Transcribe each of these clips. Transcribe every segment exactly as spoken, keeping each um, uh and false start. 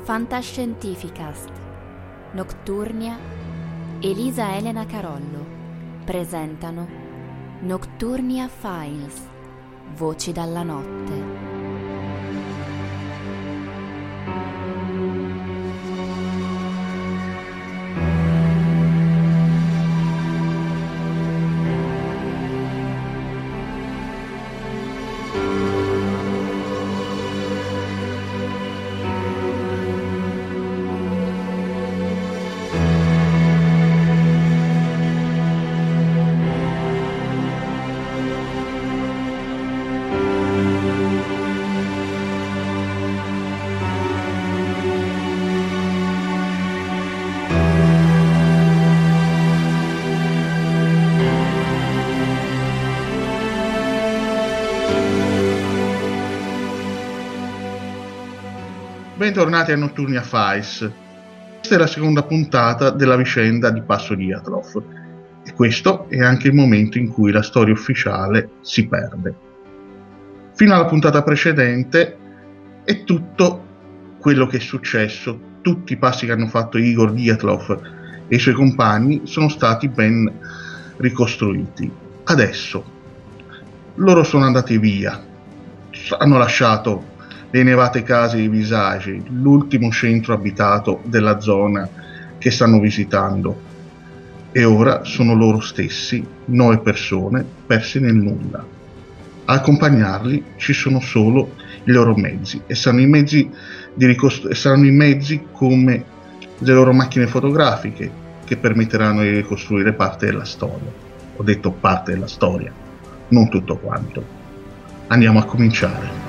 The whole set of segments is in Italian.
Fantascientificast, Nocturnia, Elisa Elena Carollo presentano Nocturnia Files, Voci dalla notte. Bentornati a Nocturnia Files. Questa è la seconda puntata della vicenda di Passo Dyatlov e questo è anche il momento in cui la storia ufficiale si perde. Fino alla puntata precedente è tutto quello che è successo, tutti i passi che hanno fatto Igor Dyatlov e i suoi compagni sono stati ben ricostruiti. Adesso loro sono andati via, hanno lasciato le nevate case di Visagi, l'ultimo centro abitato della zona che stanno visitando, e ora sono loro stessi, nove persone perse nel nulla. A accompagnarli ci sono solo i loro mezzi e saranno i mezzi di ricostru- saranno i mezzi come le loro macchine fotografiche che permetteranno di ricostruire parte della storia. Ho detto parte della storia, non tutto quanto. Andiamo a cominciare.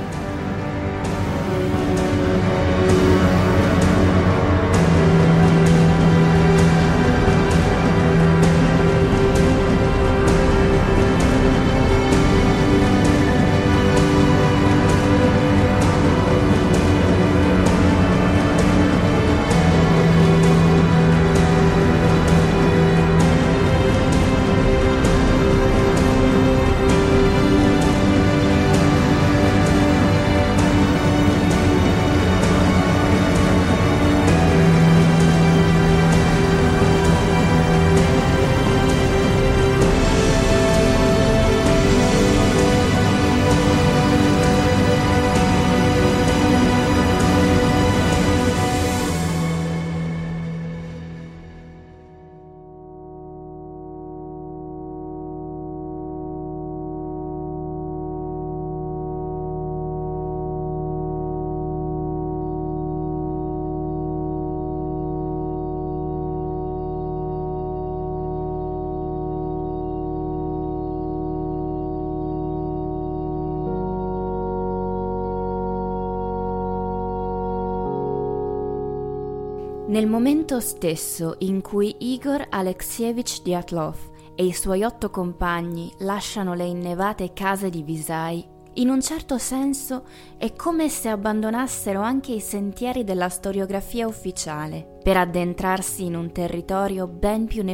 Nel momento stesso in cui Igor Alekseyevich Dyatlov e i suoi otto compagni lasciano le innevate case di Visai, in un certo senso è come se abbandonassero anche i sentieri della storiografia ufficiale per addentrarsi in un territorio ben più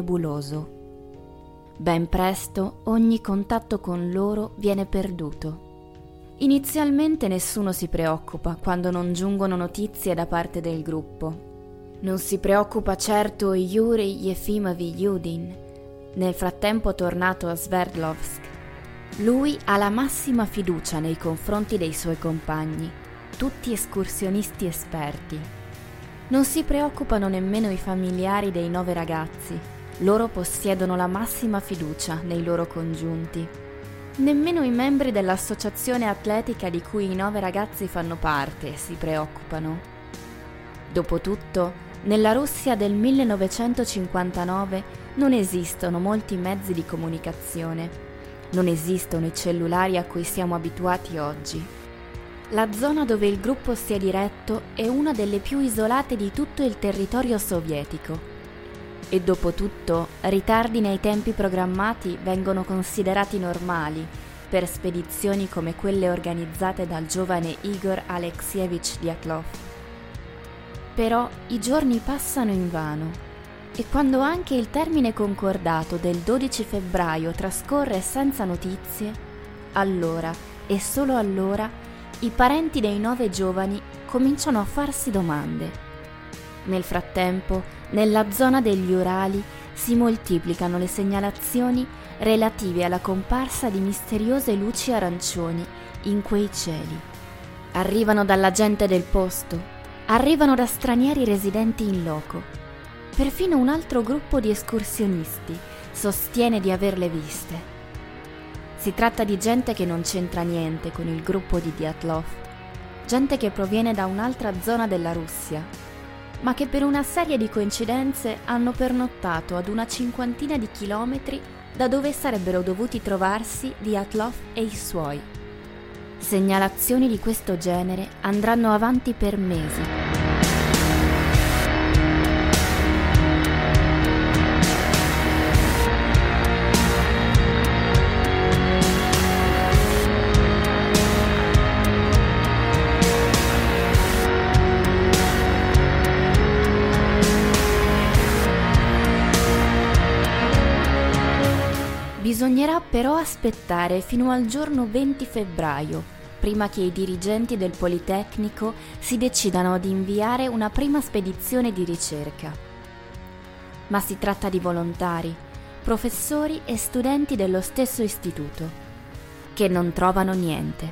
nebuloso. Ben presto ogni contatto con loro viene perduto. Inizialmente nessuno si preoccupa quando non giungono notizie da parte del gruppo. Non si preoccupa certo Yuri Yefimovich Yudin, nel frattempo tornato a Sverdlovsk. Lui ha la massima fiducia nei confronti dei suoi compagni, tutti escursionisti esperti. Non si preoccupano nemmeno i familiari dei nove ragazzi, loro possiedono la massima fiducia nei loro congiunti. Nemmeno i membri dell'associazione atletica di cui i nove ragazzi fanno parte si preoccupano. Dopotutto, nella Russia del millenovecentocinquantanove non esistono molti mezzi di comunicazione, non esistono i cellulari a cui siamo abituati oggi. La zona dove il gruppo si è diretto è una delle più isolate di tutto il territorio sovietico. E dopotutto, ritardi nei tempi programmati vengono considerati normali per spedizioni come quelle organizzate dal giovane Igor Alekseyevich Dyatlov. Però i giorni passano invano e quando anche il termine concordato del dodici febbraio trascorre senza notizie, allora e solo allora i parenti dei nove giovani cominciano a farsi domande. Nel frattempo, nella zona degli Urali si moltiplicano le segnalazioni relative alla comparsa di misteriose luci arancioni in quei cieli. Arrivano dalla gente del posto, arrivano da stranieri residenti in loco. Perfino un altro gruppo di escursionisti sostiene di averle viste. Si tratta di gente che non c'entra niente con il gruppo di Dyatlov, gente che proviene da un'altra zona della Russia, ma che per una serie di coincidenze hanno pernottato ad una cinquantina di chilometri da dove sarebbero dovuti trovarsi Dyatlov e i suoi. Segnalazioni di questo genere andranno avanti per mesi. Bisognerà però aspettare fino al giorno venti febbraio, prima che i dirigenti del Politecnico si decidano ad inviare una prima spedizione di ricerca. Ma si tratta di volontari, professori e studenti dello stesso istituto, che non trovano niente.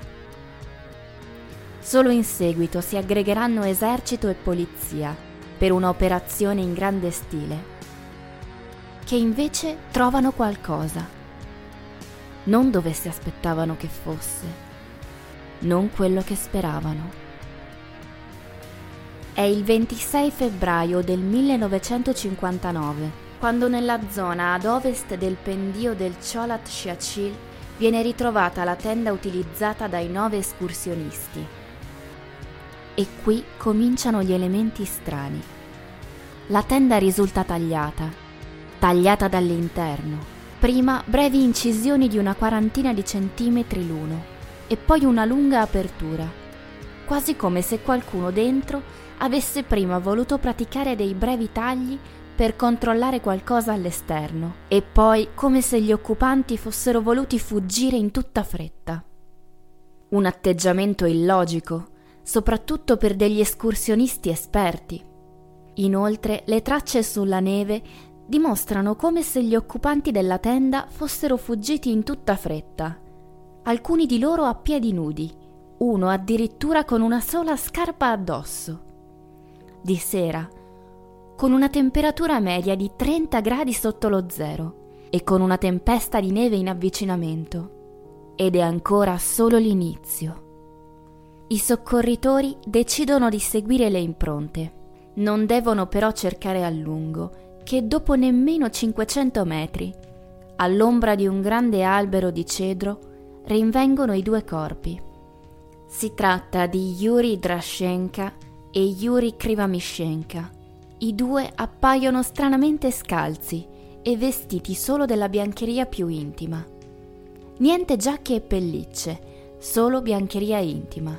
Solo in seguito si aggregheranno esercito e polizia per un'operazione in grande stile, che invece trovano qualcosa. Non dove si aspettavano che fosse, non quello che speravano. È il ventisei febbraio del millenovecentocinquantanove, quando nella zona ad ovest del pendio del Cholat Shiachil viene ritrovata la tenda utilizzata dai nove escursionisti. E qui cominciano gli elementi strani. La tenda risulta tagliata, tagliata dall'interno. Prima brevi incisioni di una quarantina di centimetri l'uno e poi una lunga apertura, quasi come se qualcuno dentro avesse prima voluto praticare dei brevi tagli per controllare qualcosa all'esterno e poi come se gli occupanti fossero voluti fuggire in tutta fretta. Un atteggiamento illogico, soprattutto per degli escursionisti esperti. Inoltre, le tracce sulla neve dimostrano come se gli occupanti della tenda fossero fuggiti in tutta fretta, alcuni di loro a piedi nudi, uno addirittura con una sola scarpa addosso. Di sera, con una temperatura media di trenta gradi sotto lo zero e con una tempesta di neve in avvicinamento. Ed è ancora solo l'inizio. I soccorritori decidono di seguire le impronte. Non devono però cercare a lungo, che dopo nemmeno cinquecento metri, all'ombra di un grande albero di cedro, rinvengono i due corpi. Si tratta di Yuri Drashenka e Yuri Krivamishenka. I due appaiono stranamente scalzi e vestiti solo della biancheria più intima. Niente giacche e pellicce, solo biancheria intima.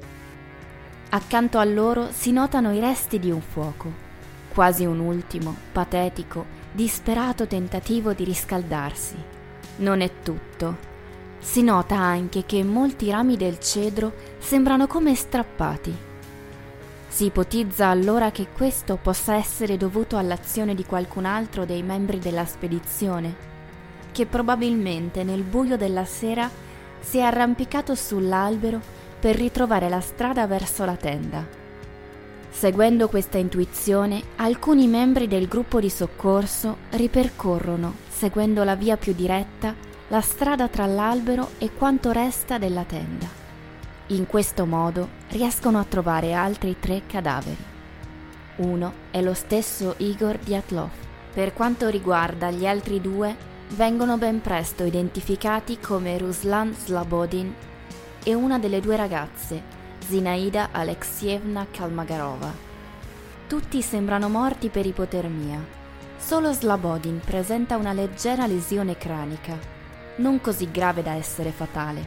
Accanto a loro si notano i resti di un fuoco. Quasi un ultimo, patetico, disperato tentativo di riscaldarsi. Non è tutto. Si nota anche che molti rami del cedro sembrano come strappati. Si ipotizza allora che questo possa essere dovuto all'azione di qualcun altro dei membri della spedizione, che probabilmente nel buio della sera si è arrampicato sull'albero per ritrovare la strada verso la tenda. Seguendo questa intuizione, alcuni membri del gruppo di soccorso ripercorrono, seguendo la via più diretta, la strada tra l'albero e quanto resta della tenda. In questo modo riescono a trovare altri tre cadaveri. Uno è lo stesso Igor Dyatlov. Per quanto riguarda gli altri due, vengono ben presto identificati come Ruslan Slobodin e una delle due ragazze, Zinaida Alexievna Kalmagarova. Tutti sembrano morti per ipotermia. Solo Slobodin presenta una leggera lesione cranica, non così grave da essere fatale.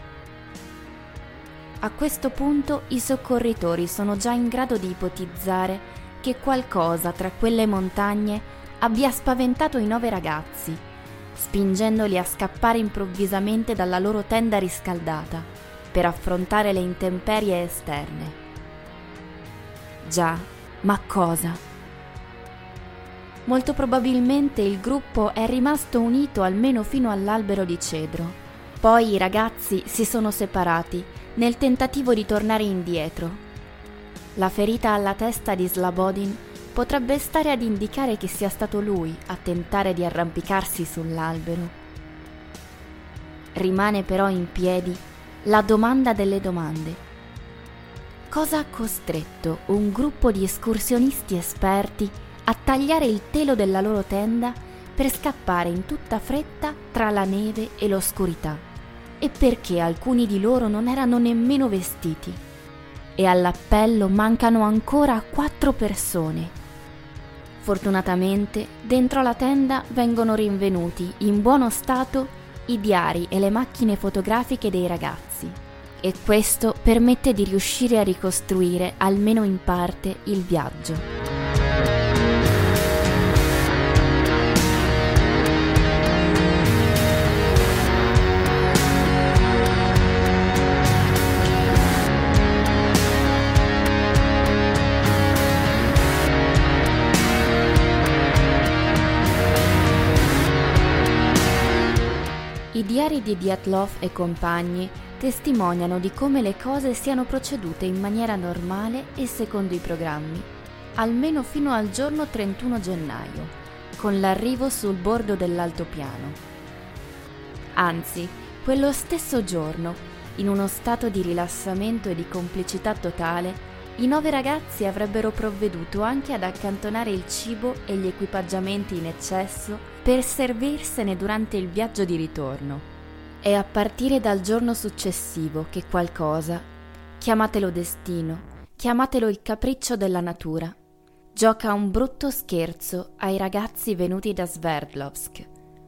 A questo punto i soccorritori sono già in grado di ipotizzare che qualcosa tra quelle montagne abbia spaventato i nove ragazzi, spingendoli a scappare improvvisamente dalla loro tenda riscaldata per affrontare le intemperie esterne. Già, ma cosa? Molto probabilmente il gruppo è rimasto unito almeno fino all'albero di cedro. Poi i ragazzi si sono separati nel tentativo di tornare indietro. La ferita alla testa di Slabodin potrebbe stare ad indicare che sia stato lui a tentare di arrampicarsi sull'albero. Rimane però in piedi la domanda delle domande. Cosa ha costretto un gruppo di escursionisti esperti a tagliare il telo della loro tenda per scappare in tutta fretta tra la neve e l'oscurità? E perché alcuni di loro non erano nemmeno vestiti? E all'appello mancano ancora quattro persone. Fortunatamente, dentro la tenda vengono rinvenuti in buono stato i diari e le macchine fotografiche dei ragazzi. E questo permette di riuscire a ricostruire, almeno in parte, il viaggio. I diari di Dyatlov e compagni testimoniano di come le cose siano procedute in maniera normale e secondo i programmi, almeno fino al giorno trentuno gennaio, con l'arrivo sul bordo dell'altopiano. Anzi, quello stesso giorno, in uno stato di rilassamento e di complicità totale, i nove ragazzi avrebbero provveduto anche ad accantonare il cibo e gli equipaggiamenti in eccesso per servirsene durante il viaggio di ritorno. È a partire dal giorno successivo che qualcosa, chiamatelo destino, chiamatelo il capriccio della natura, gioca un brutto scherzo ai ragazzi venuti da Sverdlovsk.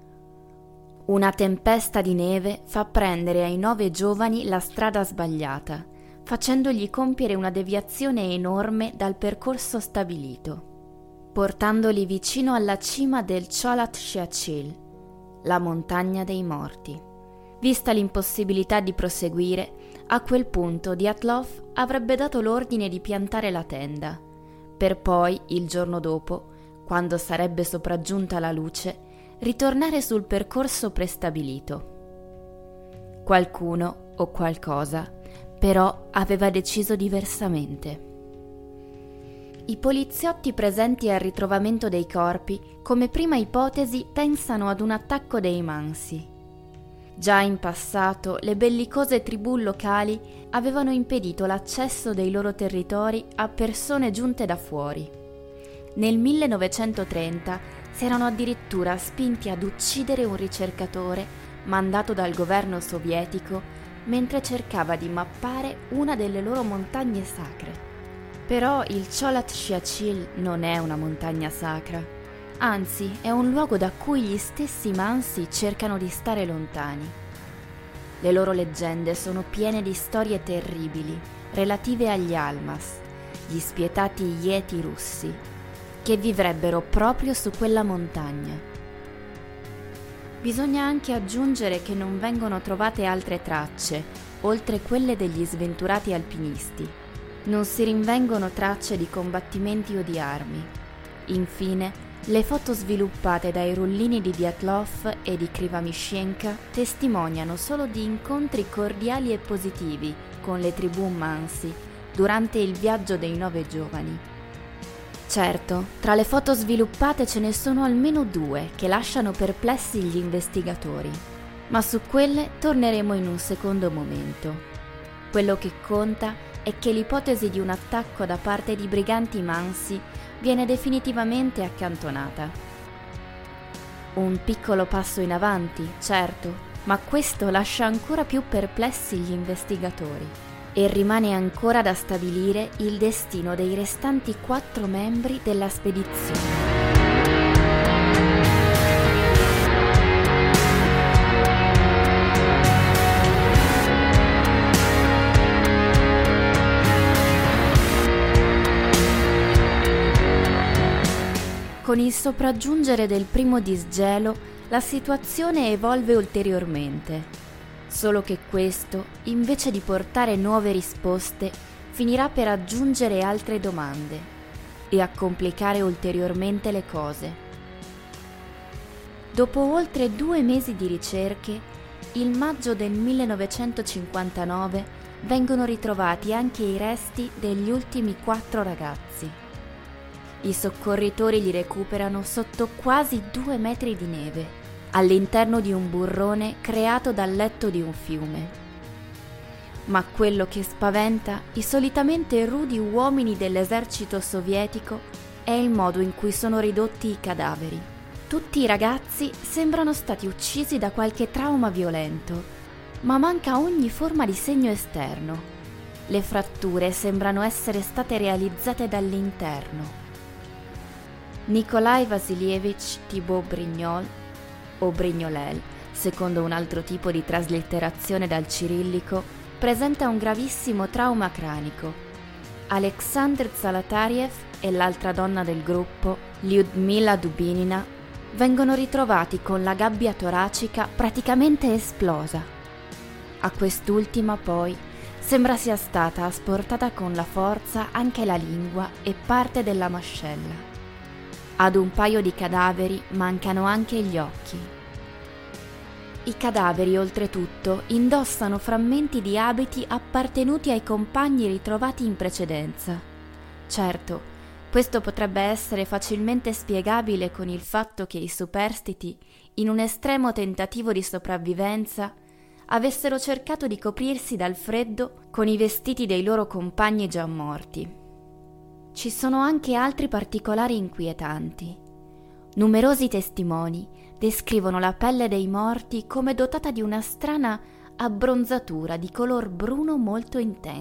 Una tempesta di neve fa prendere ai nove giovani la strada sbagliata, facendogli compiere una deviazione enorme dal percorso stabilito, portandoli vicino alla cima del Cholat Shiachil, la montagna dei morti. Vista l'impossibilità di proseguire, a quel punto Dyatlov avrebbe dato l'ordine di piantare la tenda, per poi, il giorno dopo, quando sarebbe sopraggiunta la luce, ritornare sul percorso prestabilito. Qualcuno o qualcosa, però, aveva deciso diversamente. I poliziotti presenti al ritrovamento dei corpi, come prima ipotesi, pensano ad un attacco dei Mansi. Già in passato le bellicose tribù locali avevano impedito l'accesso dei loro territori a persone giunte da fuori. Nel millenovecentotrenta si erano addirittura spinti ad uccidere un ricercatore mandato dal governo sovietico mentre cercava di mappare una delle loro montagne sacre. Però il Cholat Shiachil non è una montagna sacra. Anzi, è un luogo da cui gli stessi Mansi cercano di stare lontani. Le loro leggende sono piene di storie terribili relative agli Almas, gli spietati Yeti russi, che vivrebbero proprio su quella montagna. Bisogna anche aggiungere che non vengono trovate altre tracce, oltre quelle degli sventurati alpinisti. Non si rinvengono tracce di combattimenti o di armi. Infine, le foto sviluppate dai rullini di Dyatlov e di Krivamishenka testimoniano solo di incontri cordiali e positivi con le tribù Mansi durante il viaggio dei nove giovani. Certo, tra le foto sviluppate ce ne sono almeno due che lasciano perplessi gli investigatori, ma su quelle torneremo in un secondo momento. Quello che conta è che l'ipotesi di un attacco da parte di briganti Mansi viene definitivamente accantonata. Un piccolo passo in avanti, certo, ma questo lascia ancora più perplessi gli investigatori e rimane ancora da stabilire il destino dei restanti quattro membri della spedizione. Con il sopraggiungere del primo disgelo, la situazione evolve ulteriormente. Solo che questo, invece di portare nuove risposte, finirà per aggiungere altre domande e a complicare ulteriormente le cose. Dopo oltre due mesi di ricerche, il maggio del millenovecentocinquantanove vengono ritrovati anche i resti degli ultimi quattro ragazzi. I soccorritori li recuperano sotto quasi due metri di neve, all'interno di un burrone creato dal letto di un fiume. Ma quello che spaventa i solitamente rudi uomini dell'esercito sovietico è il modo in cui sono ridotti i cadaveri. Tutti i ragazzi sembrano stati uccisi da qualche trauma violento, ma manca ogni forma di segno esterno. Le fratture sembrano essere state realizzate dall'interno. Nikolai Vasilievich Thibaut Brignol, o Brignolel, secondo un altro tipo di traslitterazione dal cirillico, presenta un gravissimo trauma cranico. Alexander Zalatariev e l'altra donna del gruppo, Lyudmila Dubinina, vengono ritrovati con la gabbia toracica praticamente esplosa. A quest'ultima poi sembra sia stata asportata con la forza anche la lingua e parte della mascella. Ad un paio di cadaveri mancano anche gli occhi. I cadaveri, oltretutto, indossano frammenti di abiti appartenuti ai compagni ritrovati in precedenza. Certo, questo potrebbe essere facilmente spiegabile con il fatto che i superstiti, in un estremo tentativo di sopravvivenza, avessero cercato di coprirsi dal freddo con i vestiti dei loro compagni già morti. Ci sono anche altri particolari inquietanti. Numerosi testimoni descrivono la pelle dei morti come dotata di una strana abbronzatura di color bruno molto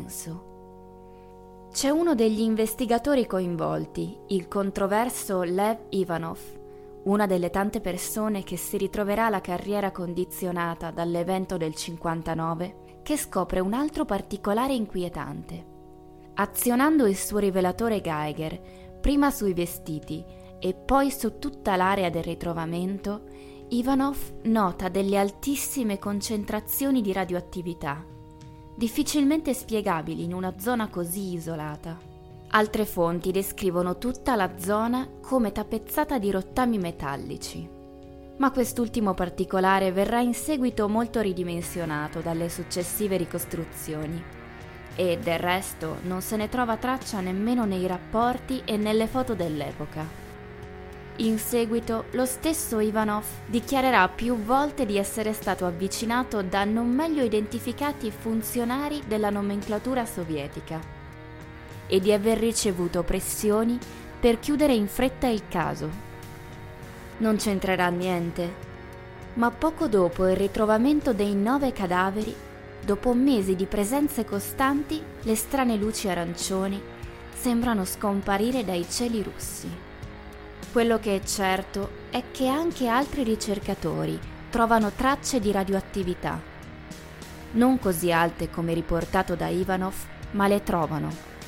intenso. C'è uno degli investigatori coinvolti, il controverso Lev Ivanov, una delle tante persone che si ritroverà la carriera condizionata dall'evento del cinquantanove, che scopre un altro particolare inquietante. Azionando il suo rivelatore Geiger, prima sui vestiti e poi su tutta l'area del ritrovamento, Ivanov nota delle altissime concentrazioni di radioattività, difficilmente spiegabili in una zona così isolata. Altre fonti descrivono tutta la zona come tappezzata di rottami metallici, ma quest'ultimo particolare verrà in seguito molto ridimensionato dalle successive ricostruzioni. E del resto non se ne trova traccia nemmeno nei rapporti e nelle foto dell'epoca. In seguito, lo stesso Ivanov dichiarerà più volte di essere stato avvicinato da non meglio identificati funzionari della nomenclatura sovietica e di aver ricevuto pressioni per chiudere in fretta il caso. Non c'entrerà niente, ma poco dopo il ritrovamento dei nove cadaveri, dopo mesi di presenze costanti, le strane luci arancioni sembrano scomparire dai cieli russi. Quello che è certo è che anche altri ricercatori trovano tracce di radioattività. Non così alte come riportato da Ivanov, ma le trovano.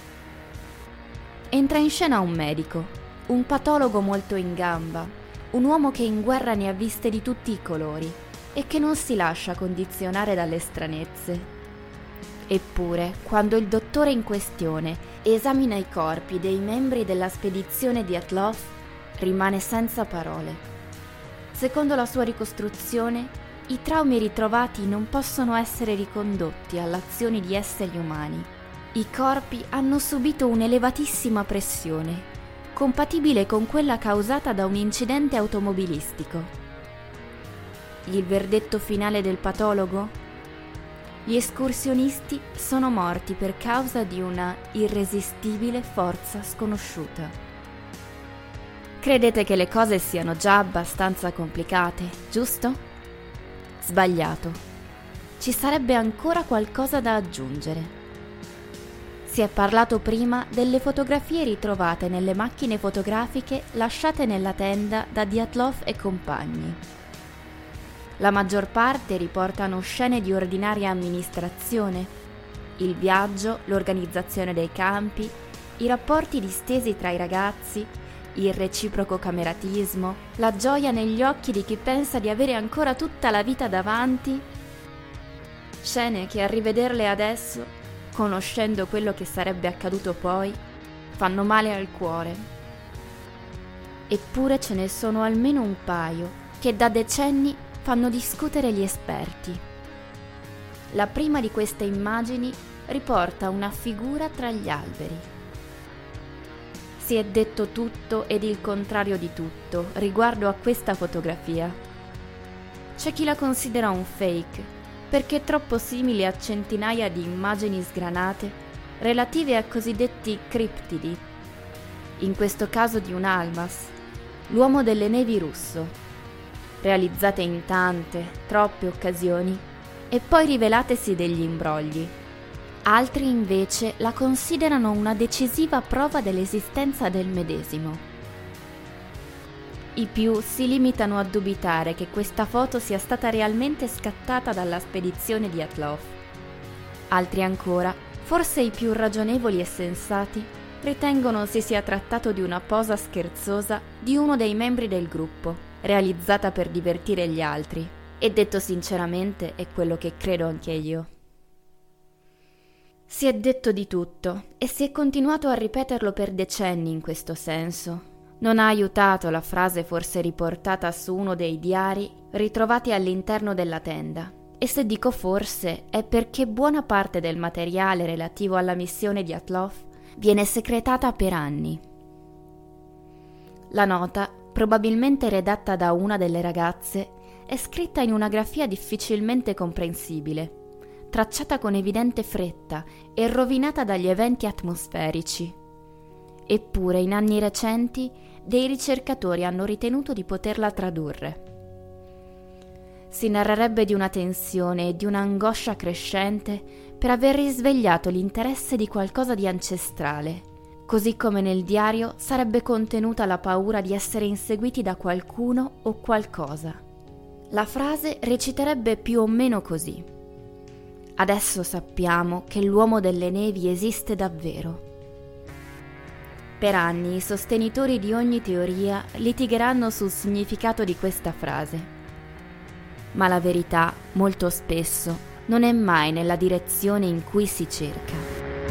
Entra in scena un medico, un patologo molto in gamba, un uomo che in guerra ne ha viste di tutti i colori e che non si lascia condizionare dalle stranezze. Eppure, quando il dottore in questione esamina i corpi dei membri della spedizione di Dyatlov, rimane senza parole. Secondo la sua ricostruzione, i traumi ritrovati non possono essere ricondotti all'azione di esseri umani. I corpi hanno subito un'elevatissima pressione, compatibile con quella causata da un incidente automobilistico. Il verdetto finale del patologo? Gli escursionisti sono morti per causa di una irresistibile forza sconosciuta. Credete che le cose siano già abbastanza complicate, giusto? Sbagliato. Ci sarebbe ancora qualcosa da aggiungere. Si è parlato prima delle fotografie ritrovate nelle macchine fotografiche lasciate nella tenda da Dyatlov e compagni. La maggior parte riportano scene di ordinaria amministrazione, il viaggio, l'organizzazione dei campi, i rapporti distesi tra i ragazzi, il reciproco cameratismo, la gioia negli occhi di chi pensa di avere ancora tutta la vita davanti. Scene che a rivederle adesso conoscendo quello che sarebbe accaduto poi, fanno male al cuore. Eppure ce ne sono almeno un paio che da decenni fanno discutere gli esperti. La prima di queste immagini riporta una figura tra gli alberi. Si è detto tutto ed il contrario di tutto riguardo a questa fotografia. C'è chi la considera un fake perché è troppo simile a centinaia di immagini sgranate relative a cosiddetti criptidi, in questo caso di un Almaz, l'uomo delle nevi russo, realizzate in tante, troppe occasioni e poi rivelatesi degli imbrogli. Altri invece la considerano una decisiva prova dell'esistenza del medesimo. I più si limitano a dubitare che questa foto sia stata realmente scattata dalla spedizione di Dyatlov. Altri ancora, forse i più ragionevoli e sensati, ritengono si sia trattato di una posa scherzosa di uno dei membri del gruppo, realizzata per divertire gli altri, e detto sinceramente è quello che credo anche io. Si è detto di tutto e si è continuato a ripeterlo per decenni in questo senso. Non ha aiutato la frase forse riportata su uno dei diari ritrovati all'interno della tenda. E se dico forse è perché buona parte del materiale relativo alla missione di Dyatlov viene secretata per anni. La nota, probabilmente redatta da una delle ragazze, è scritta in una grafia difficilmente comprensibile, tracciata con evidente fretta e rovinata dagli eventi atmosferici. Eppure in anni recenti dei ricercatori hanno ritenuto di poterla tradurre. Si narrerebbe di una tensione e di un'angoscia crescente per aver risvegliato l'interesse di qualcosa di ancestrale, così come nel diario sarebbe contenuta la paura di essere inseguiti da qualcuno o qualcosa. La frase reciterebbe più o meno così: adesso sappiamo che l'uomo delle nevi esiste davvero. Per anni i sostenitori di ogni teoria litigheranno sul significato di questa frase. Ma la verità, molto spesso, non è mai nella direzione in cui si cerca.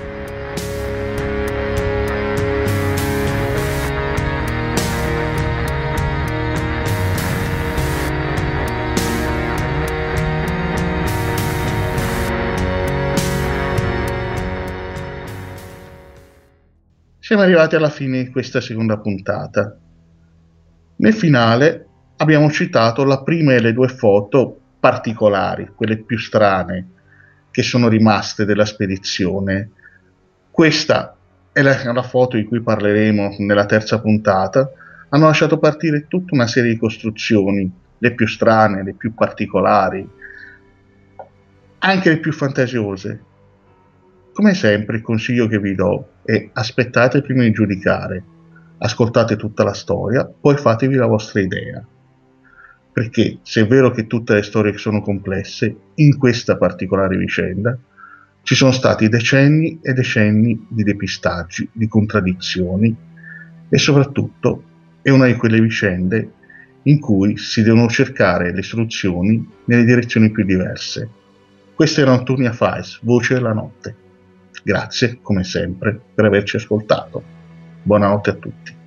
Siamo arrivati alla fine di questa seconda puntata. Nel finale abbiamo citato la prima e le due foto particolari, quelle più strane, che sono rimaste della spedizione. Questa è la, la foto di cui parleremo nella terza puntata. Hanno lasciato partire tutta una serie di costruzioni, le più strane, le più particolari, anche le più fantasiose. Come sempre il consiglio che vi do è: aspettate prima di giudicare, ascoltate tutta la storia, poi fatevi la vostra idea. Perché se è vero che tutte le storie sono complesse, in questa particolare vicenda ci sono stati decenni e decenni di depistaggi, di contraddizioni, e soprattutto è una di quelle vicende in cui si devono cercare le soluzioni nelle direzioni più diverse. Questa era Nocturnia Files, Voce della Notte. Grazie, come sempre, per averci ascoltato. Buonanotte a tutti.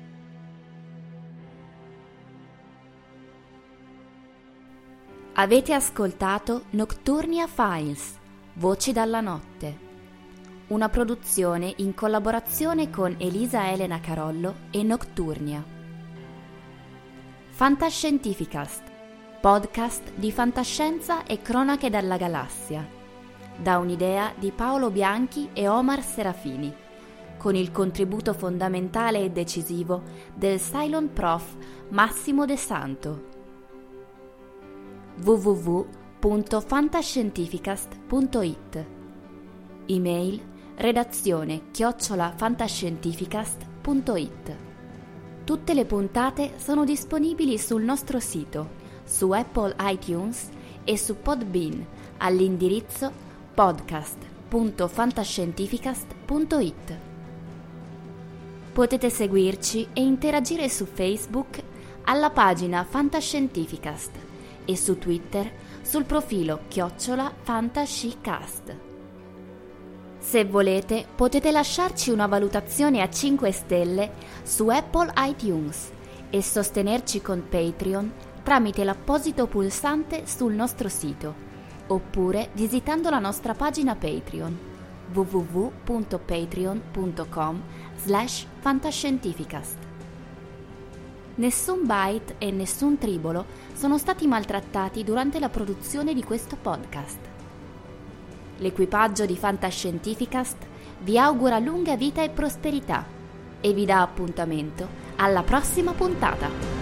Avete ascoltato Nocturnia Files, Voci dalla Notte, una produzione in collaborazione con Elisa Elena Carollo e Nocturnia. Fantascientificast, podcast di fantascienza e cronache dalla galassia, da un'idea di Paolo Bianchi e Omar Serafini, con il contributo fondamentale e decisivo del Cylon Prof Massimo De Santo. w w w punto fantascientificast punto i t. Email redazione chiocciola fantascientificast punto i t. Tutte le puntate sono disponibili sul nostro sito, su Apple iTunes e su Podbean all'indirizzo podcast punto fantascientificast punto i t. Potete seguirci e interagire su Facebook alla pagina Fantascientificast e su Twitter sul profilo chiocciola Fantascicast. Se volete, potete lasciarci una valutazione a cinque stelle su Apple iTunes e sostenerci con Patreon tramite l'apposito pulsante sul nostro sito, oppure visitando la nostra pagina Patreon w w w punto patreon punto com slash fantascientificast. Nessun bite e nessun tribolo sono stati maltrattati durante la produzione di questo podcast. L'equipaggio di Fantascientificast vi augura lunga vita e prosperità e vi dà appuntamento alla prossima puntata.